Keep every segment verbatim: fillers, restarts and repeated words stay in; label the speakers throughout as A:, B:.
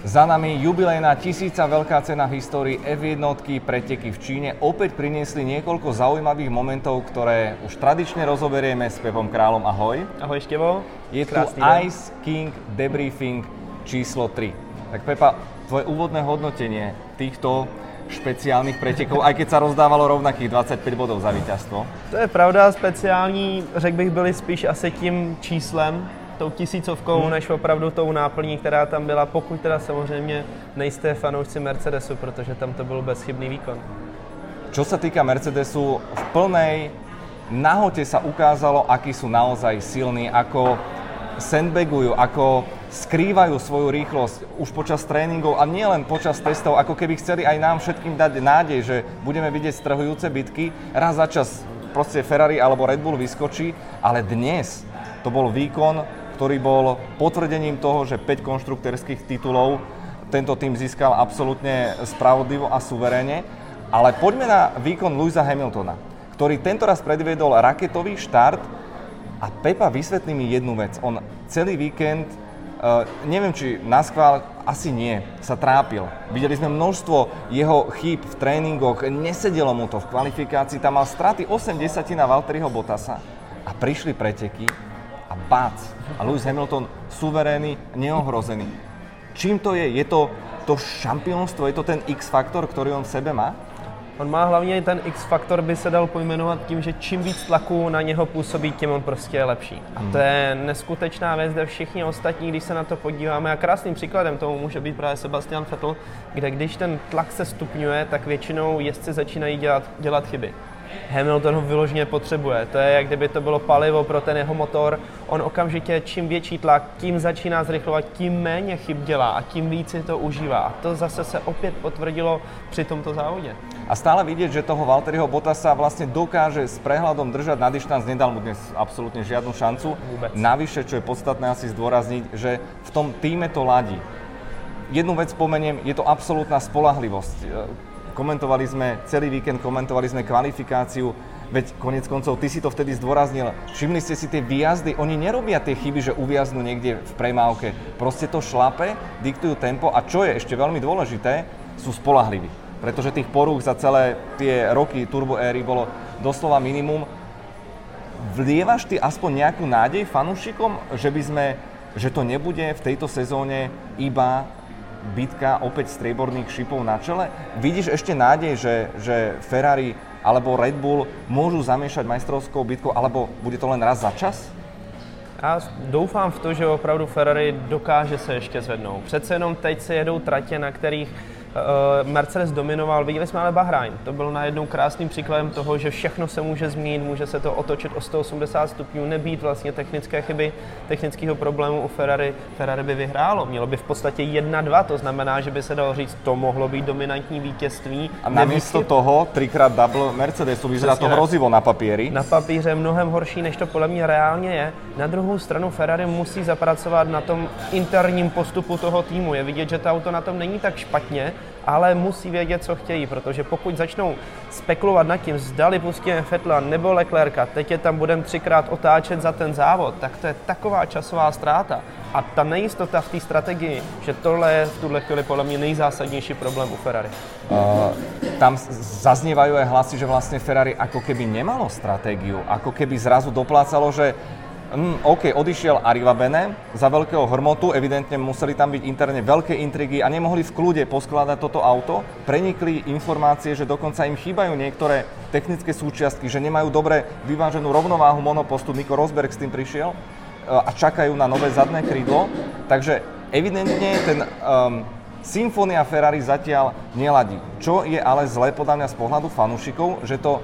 A: Za nami jubilejná tisíca veľká cena v histórii ef jeden preteky v Číne opäť priniesli niekoľko zaujímavých momentov, ktoré už tradične rozoberieme s Pepom Králom. Ahoj.
B: Ahoj Števo.
A: Je tu Ice King Debriefing číslo tri. Tak Pepa, tvoje úvodné hodnotenie týchto špeciálnych pretekov, aj keď sa rozdávalo rovnakých dvacet pět bodov za víťazstvo.
B: To je pravda, speciální, řekl bych, byli spíš asi tím číslem, tou tisícovkou, hmm. než opravdu tou náplní, která tam byla, pokud teda samozřejmě nejste fanoušci Mercedesu, protože tam to byl bezchybný výkon.
A: Čo sa týka Mercedesu, v plnej nahote sa ukázalo, akí sú naozaj silní, ako sandbagujú, ako skrývajú svoju rýchlosť už počas tréningov a nielen počas testov, ako keby chceli aj nám všetkým dať nádej, že budeme vidieť strhujúce bitky. Raz za čas proste Ferrari alebo Red Bull vyskočí, ale dnes to bol výkon, ktorý bol potvrdením toho, že päť konštruktérskych titulov tento tým získal absolútne spravodlivo a suverénne. Ale poďme na výkon Lewisa Hamiltona, ktorý tentoraz predviedol raketový štart. A Pepa, vysvetlí mi jednu vec. On celý víkend, uh, neviem či naschvál, asi nie, sa trápil. Videli sme množstvo jeho chýb v tréningoch, nesedelo mu to v kvalifikácii, tam mal straty osem desatín na Valtteriho Bottasa a prišli preteky a bác. A Lewis Hamilton suverénny, neohrozený. Čím to je? Je to to šampiónstvo? Je to ten X-faktor, ktorý on v sebe má?
B: On má hlavně ten X-faktor, by se dal pojmenovat tím, že čím víc tlaku na něho působí, tím on prostě je lepší. A to je neskutečná věc, kde všichni ostatní, když se na to podíváme, a krásným příkladem tomu může být právě Sebastian Vettel, kde když ten tlak se stupňuje, tak většinou jezdci začínají dělat, dělat chyby. Hamilton ho vyloženě potřebuje, to je jak kdyby to bylo palivo pro ten jeho motor, on okamžitě čím větší tlak, tím začíná zrychlovat, tím méně chyb dělá a tím víc si to užívá. A to zase se opět potvrdilo při tomto závodě.
A: A stále vidieť, že toho Valtteriho Bottasa vlastne dokáže s prehľadom držať na dištanc, nedal mu dnes absolútne žiadnu šancu.
B: Vôbec.
A: Navyše, čo je podstatné asi zdôrazniť, že v tom týme to ladí. Jednu vec spomeniem, je to absolútna spoľahlivosť. Komentovali sme celý víkend, komentovali sme kvalifikáciu, veď konec koncov, ty si to vtedy zdôraznil. Všimli ste si tie výjazdy, oni nerobia tie chyby, že uviaznú niekde v premávke. Proste to šlape, diktujú tempo a čo je ešte veľmi dôležité, sú spoľahliví. Pretože tých porúch za celé tie roky turbo éry bolo doslova minimum. Vlievaš ty aspoň nejakú nádej fanúšikom, že by sme, že to nebude v tejto sezóne iba bitka opäť strieborných šipov na čele? Vidíš ešte nádej, že, že Ferrari alebo Red Bull môžu zamiešať majstrovskou bitkou, alebo bude to len raz za čas?
B: Já doufám v to, že opravdu Ferrari dokáže se ještě zvednout. Přece jenom teď se jedou tratě, na kterých Mercedes dominoval, viděli jsme ale Bahrajn. To byl najednou krásným příkladem toho, že všechno se může změnit, může se to otočit o sto osmdesát stupňů, nebýt vlastně technické chyby, technického problému u Ferrari. Ferrari by vyhrálo, mělo by v podstatě jedna dva, to znamená, že by se dalo říct, to mohlo být dominantní vítězství.
A: A namiesto toho trikrát double Mercedesu, vyzerá to hrozivo na papíri.
B: Na papíře mnohem horší, než to podle mě reálně je. Na druhou stranu Ferrari musí zapracovat na tom interním postupu toho týmu. Je vidět, že to auto na tom není tak špatně, ale musí vědět, co chtějí, protože pokud začnou spekulovat nad tím, zdali pustíme Vettela nebo Leclerca, teď je tam budeme třikrát otáčet za ten závod, tak to je taková časová ztráta. A ta nejistota v té strategii, že tohle je v tuhle chvíli podle mě nejzásadnější problém u Ferrari.
A: Uh, tam zaznievajú aj hlasy, že vlastne Ferrari ako keby nemalo stratégiu, ako keby zrazu doplácalo, že Mm, OK, odišiel Arrivabene za veľkého hrmotu, evidentne museli tam byť interne veľké intrigy a nemohli v kľude poskladať toto auto. Prenikli informácie, že dokonca im chýbajú niektoré technické súčiastky, že nemajú dobre vyváženú rovnováhu monopostu. Nico Rosberg s tým prišiel a čakajú na nové zadné krídlo. Takže evidentne ten um, symfónia Ferrari zatiaľ neladí. Čo je ale zlé podľa mňa z pohľadu fanúšikov, že to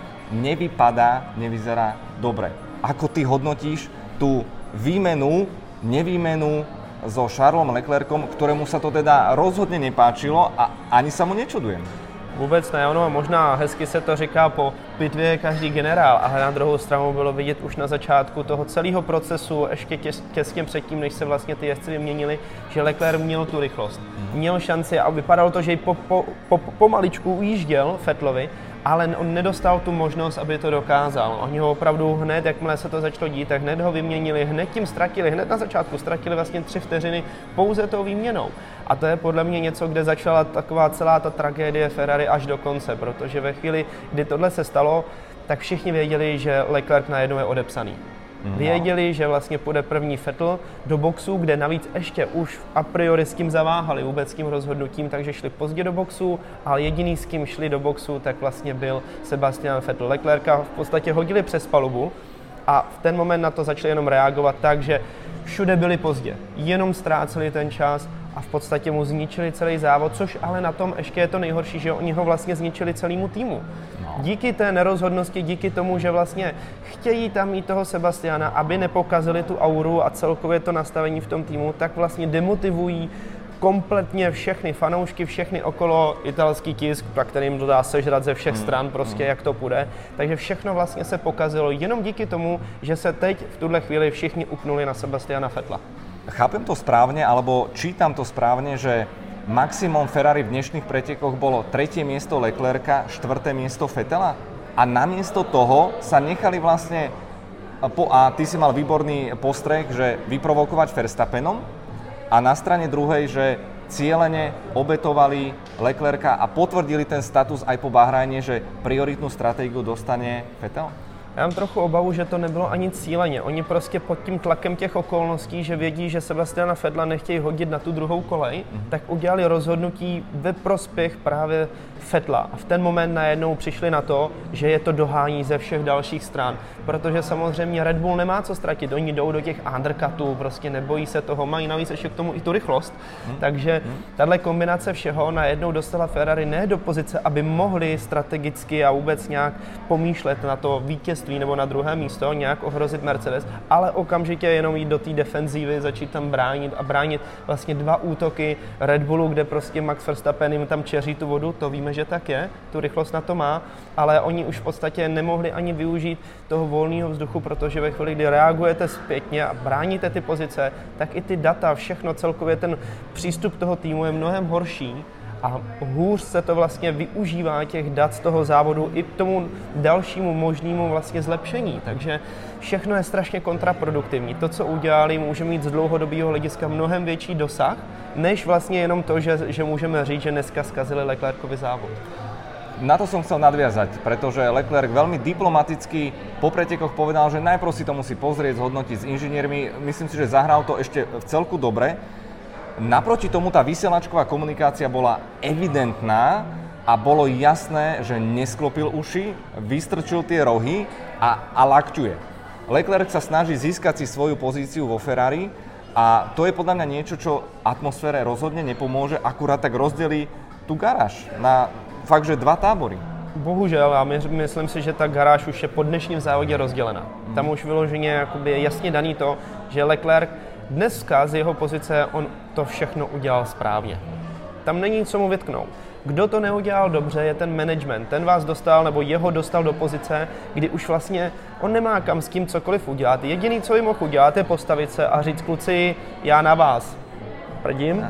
A: nevypadá, nevyzerá dobre. Ako ty hodnotíš tú výmenu, nevýmenu so Charlesom Leclercom, ktorému sa to teda rozhodne nepáčilo a ani sa mu nečudujem?
B: Vůbec ne, ono možná hezky se to říká po bitvě je každý generál, ale na druhou stranu bylo vidět už na začátku toho celého procesu, ještě těs, těsně předtím, než se vlastně ty jezdci vyměnili, že Leclerc měl tu rychlost. Měl šanci a vypadalo to, že po, po, po, pomaličku ujížděl Vettelovi, ale on nedostal tu možnost, aby to dokázal. Oni ho opravdu hned, jakmile se to začalo dít, tak hned ho vyměnili, hned tím ztratili, hned na začátku ztratili vlastně tři vteřiny pouze tou výměnou. A to je podle mě něco, kde začala taková celá ta tragédie Ferrari až do konce, protože ve chvíli, kdy tohle se stalo, tak všichni věděli, že Leclerc najednou je odepsaný. Věděli, že vlastně půjde první Vettel do boxu, kde navíc ještě už a priori s tím zaváhali vůbec s tím rozhodnutím, takže šli pozdě do boxu, ale jediný s kým šli do boxu, tak vlastně byl Sebastian Vettel. Leclerca v podstatě hodili přes palubu a v ten moment na to začali jenom reagovat tak, že všude byli pozdě, jenom ztráceli ten čas a v podstatě mu zničili celý závod, což ale na tom ještě je to nejhorší, že oni ho vlastně zničili celému týmu. No. Díky té nerozhodnosti, díky tomu, že vlastně chtějí tam mít toho Sebastiana, aby nepokazili tu auru a celkově to nastavení v tom týmu, tak vlastně demotivují kompletně všechny fanoušky, všechny okolo italský tisk, na kterým to dá sežrat ze všech stran, prostě jak to půjde. Takže všechno vlastně se pokazilo jenom díky tomu, že se teď v tuhle chvíli všichni upnuli na Sebastiana Vettela.
A: Chápem to správne, alebo čítam to správne, že maximum Ferrari v dnešných pretekoch bolo tretie miesto Leclerca, štvrté miesto Vettela? A namiesto toho sa nechali vlastne, a ty si mal výborný postreh, že vyprovokovať Verstappenom, a na strane druhej, že cielene obetovali Leclerca a potvrdili ten status aj po Bahrajne, že prioritnú stratégiu dostane Vettel?
B: Já mám trochu obavu, že to nebylo ani cíleně. Oni prostě pod tím tlakem těch okolností, že vědí, že Sebastiana Vettela nechtějí hodit na tu druhou kolej, mm-hmm. tak udělali rozhodnutí ve prospěch právě Vettela. A v ten moment najednou přišli na to, že je to dohání ze všech dalších stran. Protože samozřejmě Red Bull nemá co ztratit. Oni jdou do těch undercutů, prostě nebojí se toho, mají navíc ještě k tomu i tu rychlost. Mm-hmm. Takže tahle kombinace všeho najednou dostala Ferrari ne do pozice, aby mohli strategicky a vůbec nějak pomýšlet na to vítězství nebo na druhé místo, nějak ohrozit Mercedes, ale okamžitě jenom jít do té defenzívy, začít tam bránit a bránit vlastně dva útoky Red Bullu, kde prostě Max Verstappen jim tam čeří tu vodu, to víme, že tak je, tu rychlost na to má, ale oni už v podstatě nemohli ani využít toho volného vzduchu, protože ve chvíli, kdy reagujete zpětně a bráníte ty pozice, tak i ty data, všechno celkově ten přístup toho týmu je mnohem horší. A hůř se to vlastně využívá těch dat z toho závodu i k tomu dalšímu možnému vlastně zlepšení. Takže všechno je strašně kontraproduktivní. To, co udělali, může mít z dlouhodobého hlediska mnohem větší dosah, než vlastně jenom to, že, že můžeme říct, že dneska zkazili Leclercovi závod.
A: Na to som chcel nadviazať, pretože Leclerc veľmi diplomaticky po pretekoch povedal, že najprv si to musí pozrieť, zhodnotiť s inžiniermi. Myslím si, že zahral to ešte v celku dobre. Naproti tomu tá vysielačková komunikácia bola evidentná a bolo jasné, že nesklopil uši, vystrčil tie rohy a, a lakťuje. Leclerc sa snaží získať si svoju pozíciu vo Ferrari a to je podľa mňa niečo, čo atmosfére rozhodne nepomôže, akurát tak rozdelí tú garáž na fakt, že dva tábory.
B: Bohužel, a my, myslím si, že ta garáž už je po dnešním závodě rozdělena. Hmm. Tam už vyloženě jakoby jasně daný to, že Leclerc dneska z jeho pozice on to všechno udělal správně. Tam není co mu vytknout. Kdo to neudělal dobře, je ten management. Ten vás dostal, nebo jeho dostal do pozice, kdy už vlastně on nemá kam s tím cokoliv udělat. Jediný, co by mohl udělat, je postavit se a říct, kluci, já na vás prdím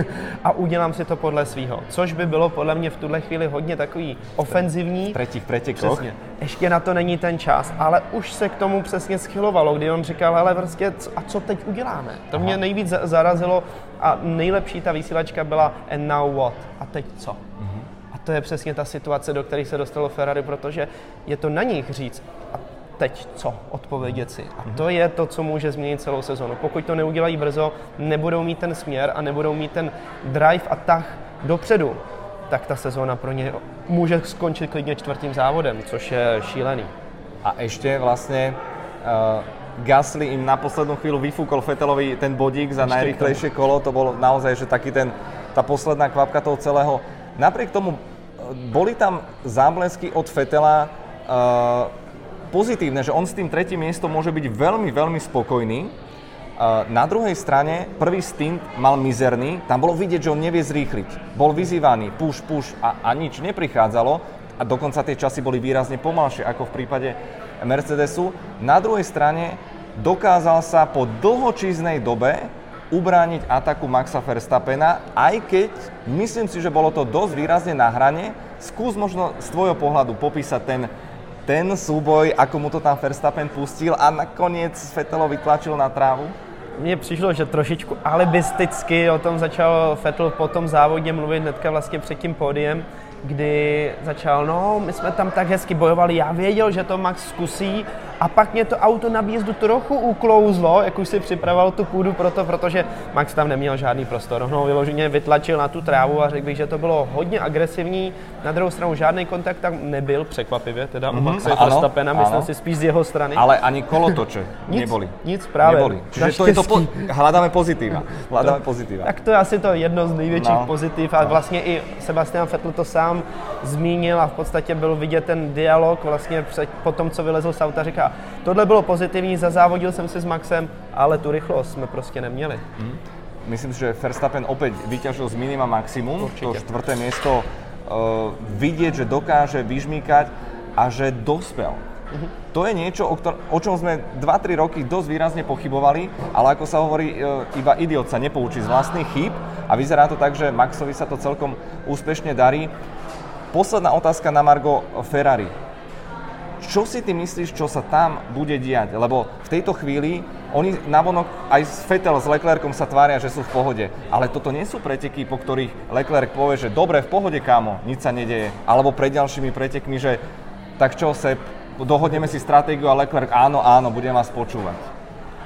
B: a udělám si to podle svýho. Což by bylo podle mě v tuhle chvíli hodně takový ofenzivní.
A: V třetích pretekoch.
B: Přesně. Ještě na to není ten čas, ale už se k tomu přesně schylovalo, kdy on říkal, hele, prostě, a co teď uděláme? To Aha. mě nejvíc zarazilo a nejlepší ta vysílačka byla and now what? A teď co? Uh-huh. A to je přesně ta situace, do které se dostalo Ferrari, protože je to na nich říct, a teď co? Odpovědět si. A to je to, co může změnit celou sezonu. Pokud to neudělají brzo, nebudou mít ten směr a nebudou mít ten drive a tah dopředu, tak ta sezóna pro ně může skončit klidně čtvrtým závodem, což je šílený.
A: A ještě vlastně uh, Gasly im na poslednú chvíľu vyfúkol Vettelovi ten bodík za najrýchlejšie kolo. To bolo naozaj, že taký ten, tá posledná kvapka toho celého. Napriek tomu boli tam záblesky od Vettela uh, pozitívne, že on s tým tretím miestom môže byť veľmi, veľmi spokojný. Na druhej strane, prvý stint mal mizerný, tam bolo vidieť, že on nevie zrýchliť. Bol vyzývaný, push, push a, a nič neprichádzalo a dokonca tie časy boli výrazne pomalšie ako v prípade Mercedesu. Na druhej strane dokázal sa po dlhočíznej dobe ubrániť ataku Maxa Verstappena, aj keď myslím si, že bolo to dosť výrazne na hrane. Skús možno z tvojho pohľadu popísať ten ten súboj, ako mu to tam Verstappen pustil a nakoniec Vettelovi tlačil na trávu?
B: mně přišlo, že trošičku alibisticky o tom začal Vettel po tom závodě mluvit hnedka vlastně před tím pódiem, kdy začal, no, my jsme tam tak hezky bojovali, já věděl, že to Max zkusí a pak mě to auto na výjezdu trochu uklouzlo, jak už si připravoval tu půdu proto, protože Max tam neměl žádný prostor. No, vyloženě vytlačil na tu trávu a řekl bych, že to bylo hodně agresivní. Na druhou stranu žádný kontakt tam nebyl, překvapivě, teda mm-hmm. u Maxe Verstappena, myslím si spíš z jeho strany.
A: Ale ani kolotoče
B: nic,
A: neboli.
B: Nic právě.
A: Neboli. Čiže to je to, po... hľadáme pozitíva. Hľadáme pozitíva.
B: Tak to je asi to jedno z největších
A: no.
B: pozitiv a vlastně i Sebastian Vettel to sám zmínil a v podstatě byl vidět ten dialog vlastně před, po tom, co vylezl z auta, říká, tohle bylo pozitivní, zazávodil jsem si s Maxem, ale tu rychlost jsme prostě neměli. Hmm.
A: Myslím si, že Verstappen opäť vyťažil z minima maximum,
B: určitě.
A: To štvrté miesto uh, vidieť, že dokáže vyžmýkať a že dospel. Uh-huh. To je niečo, o, ktor- o čom sme dva tri roky dosť výrazne pochybovali, ale ako sa hovorí, uh, iba idiot sa nepoučí z vlastných chýb a vyzerá to tak, že Maxovi sa to celkom úspešne darí. Posledná otázka na margo Ferrari. Čo si ty myslíš, čo sa tam bude diať? Lebo v tejto chvíli oni navonok aj s Vettel, s Leclercom sa tvária, že sú v pohode. Ale toto nie sú preteky, po ktorých Leclerc povie, že dobre, v pohode, kámo, nič sa nedeje. Alebo pred ďalšími pretekmi, že tak čo, Seb, dohodneme si stratégiu a Leclerc, áno, áno, budem vás počúvať.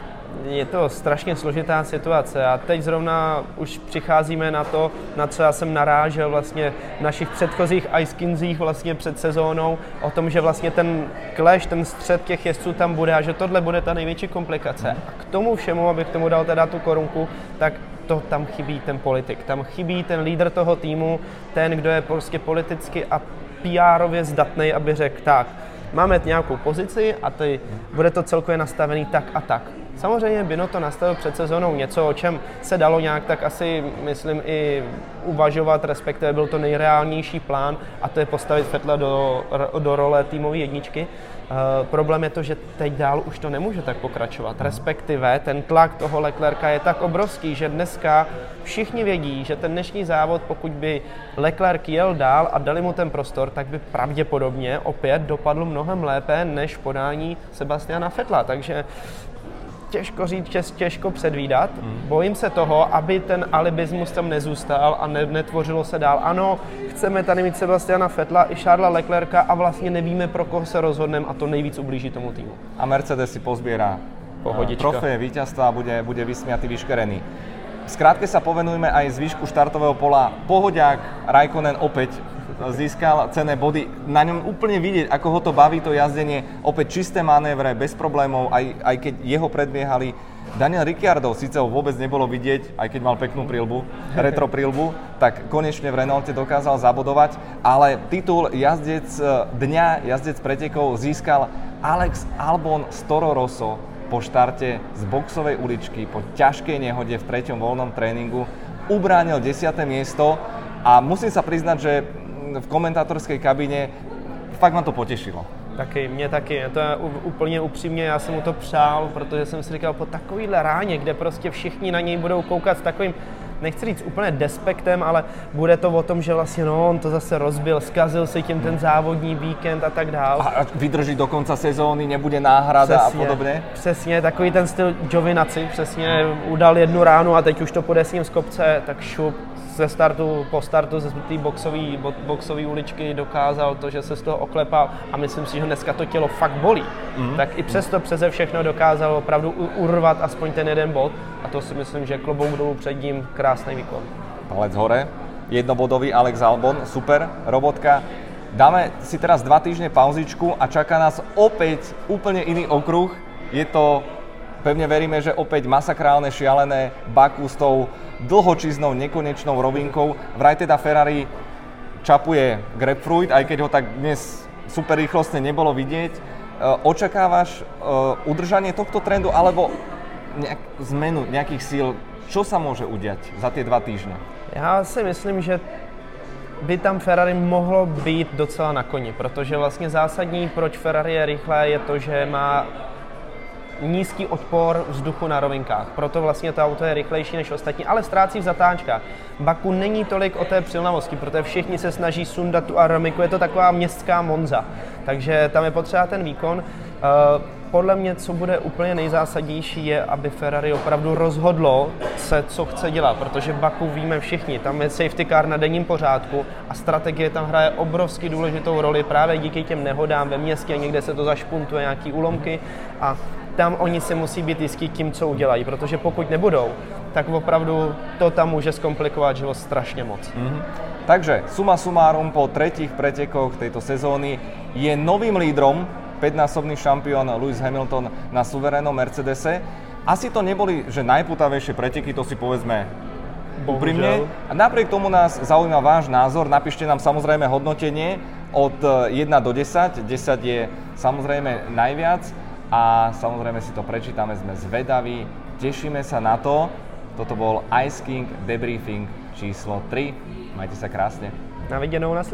B: Je to strašně složitá situace a teď zrovna už přicházíme na to, na co já jsem narážel vlastně v našich předchozích Ice Kingsích vlastně před sezónou, o tom, že vlastně ten clash, ten střed těch jezdců tam bude a že tohle bude ta největší komplikace. A k tomu všemu, abych tomu dal teda tu korunku, tak to tam chybí ten politik, tam chybí ten lídr toho týmu, ten, kdo je prostě politicky a P R-ově zdatnej, aby řekl tak, máme nějakou pozici a ty, bude to celkově nastavený tak a tak. Samozřejmě Binotto nastavil před sezónou něco, o čem se dalo nějak tak asi, myslím, i uvažovat, respektive byl to nejreálnější plán a to je postavit Vettela do, do role týmové jedničky. Uh, problém je to, že teď dál už to nemůže tak pokračovat, respektive ten tlak toho Leclerca je tak obrovský, že dneska všichni vědí, že ten dnešní závod, pokud by Leclerc jel dál a dali mu ten prostor, tak by pravděpodobně opět dopadl mnohem lépe než podání Sebastiana Vettela, takže těžko říct, těžko předvídat. Mm. Bojím se toho, aby ten alibismus tam nezůstal a ne, netvořilo se dál. Ano, chceme tady mít Sebastiana Vettela i Charlesa Leclerca a vlastně nevíme, pro koho se rozhodneme a to nejvíc ublíží tomu týmu.
A: A Mercedes si pozbiera trofeje víťazstva a bude, bude vysmiatý, vyškerený. Skrátke sa povenujme aj zvyšku štartového pola. Pohodiak Raikkonen opäť získal cenné body. Na ňom úplne vidieť, ako ho to baví, to jazdenie. Opäť čisté manévre, bez problémov, aj, aj keď jeho predbiehali. Daniel Ricciardo, síce ho vôbec nebolo vidieť, aj keď mal peknú príľbu, retro príľbu, tak konečne v Renaulte dokázal zabodovať, ale titul jazdec dňa, jazdec pretekov získal Alex Albon z Toro Rosso po štarte z boxovej uličky, po ťažkej nehode v treťom voľnom tréningu. Ubránil desiate miesto a musím sa priznať, že v komentátorskej kabíne fakt ma to potešilo.
B: Taky, mě taky, to je úplně upřímně, já jsem mu to přál, protože jsem si říkal, po takovýhle ráně, kde prostě všichni na něj budou koukat s takovým, nechci říct úplně despektem, ale bude to o tom, že vlastně no, on to zase rozbil, zkazil si tím ten závodní víkend a tak dál.
A: A vydrží do konce sezóny, nebude náhrada přesně, a podobně.
B: Přesně, takový ten styl Giovinazzi, přesně udal jednu ránu a teď už to půjde s ním z kopce, tak šup. Ze startu, po startu ze té boxové boxové uličky dokázal to, že se z toho oklepal a myslím si, že dneska to tělo fakt bolí. Mm. Tak i přesto přeze všechno dokázal opravdu urvat aspoň ten jeden bod a to si myslím, že klobouk dolů před ním krásný výkon. Palec
A: hore, jednobodový Alex Albon, super robotka. Dáme si teraz dva týždne pauzičku a čaká nás opäť úplne iný okruh. Je to, pevne veríme, že opäť masakrálne, šialené Baku s tou dlhočíznou, nekonečnou rovinkou. Vraj teda Ferrari čapuje grapefruit, aj keď ho tak dnes super rýchlostne nebolo vidieť. E, očakávaš e, udržanie tohto trendu alebo nejak, zmenu nejakých síl? Čo sa môže udiať za tie dva týždne?
B: Já si myslím, že by tam Ferrari mohlo být docela na koni, protože vlastně zásadní, proč Ferrari je rychlé, je to, že má nízký odpor vzduchu na rovinkách. Proto vlastně to auto je rychlejší než ostatní, ale ztrácí v zatáčkách. Baku není tolik o té přilnavosti, protože všichni se snaží sundat tu aeromyku, je to taková městská Monza. Takže tam je potřeba ten výkon. podle mě, co bude úplně nejzásadnější, je, aby Ferrari opravdu rozhodlo se, co chce dělat, protože Baku víme všichni, tam je safety car na denním pořádku a strategie tam hraje obrovsky důležitou roli právě díky těm nehodám ve městě, někde se to zašpuntuje, nějaký úlomky a tam oni si musí být jistí tím, co udělají, protože pokud nebudou, tak opravdu to tam může skomplikovat život strašne moc.
A: Mm-hmm. Takže suma sumárum po tretích pretekoch tejto sezóny je novým lídrom päťnásobný šampión Lewis Hamilton na suverénnom Mercedese. Asi to neboli, že najputavejšie preteky, to si povedzme úprimne. A napriek tomu nás zaujíma váš názor. Napíšte nám samozrejme hodnotenie od jeden do desať. desať je samozrejme najviac a samozrejme si to prečítame, sme zvedaví. Tešíme sa na to. Toto bol Ice King Debriefing číslo tri. Majte sa krásne.
B: Na viděnou, na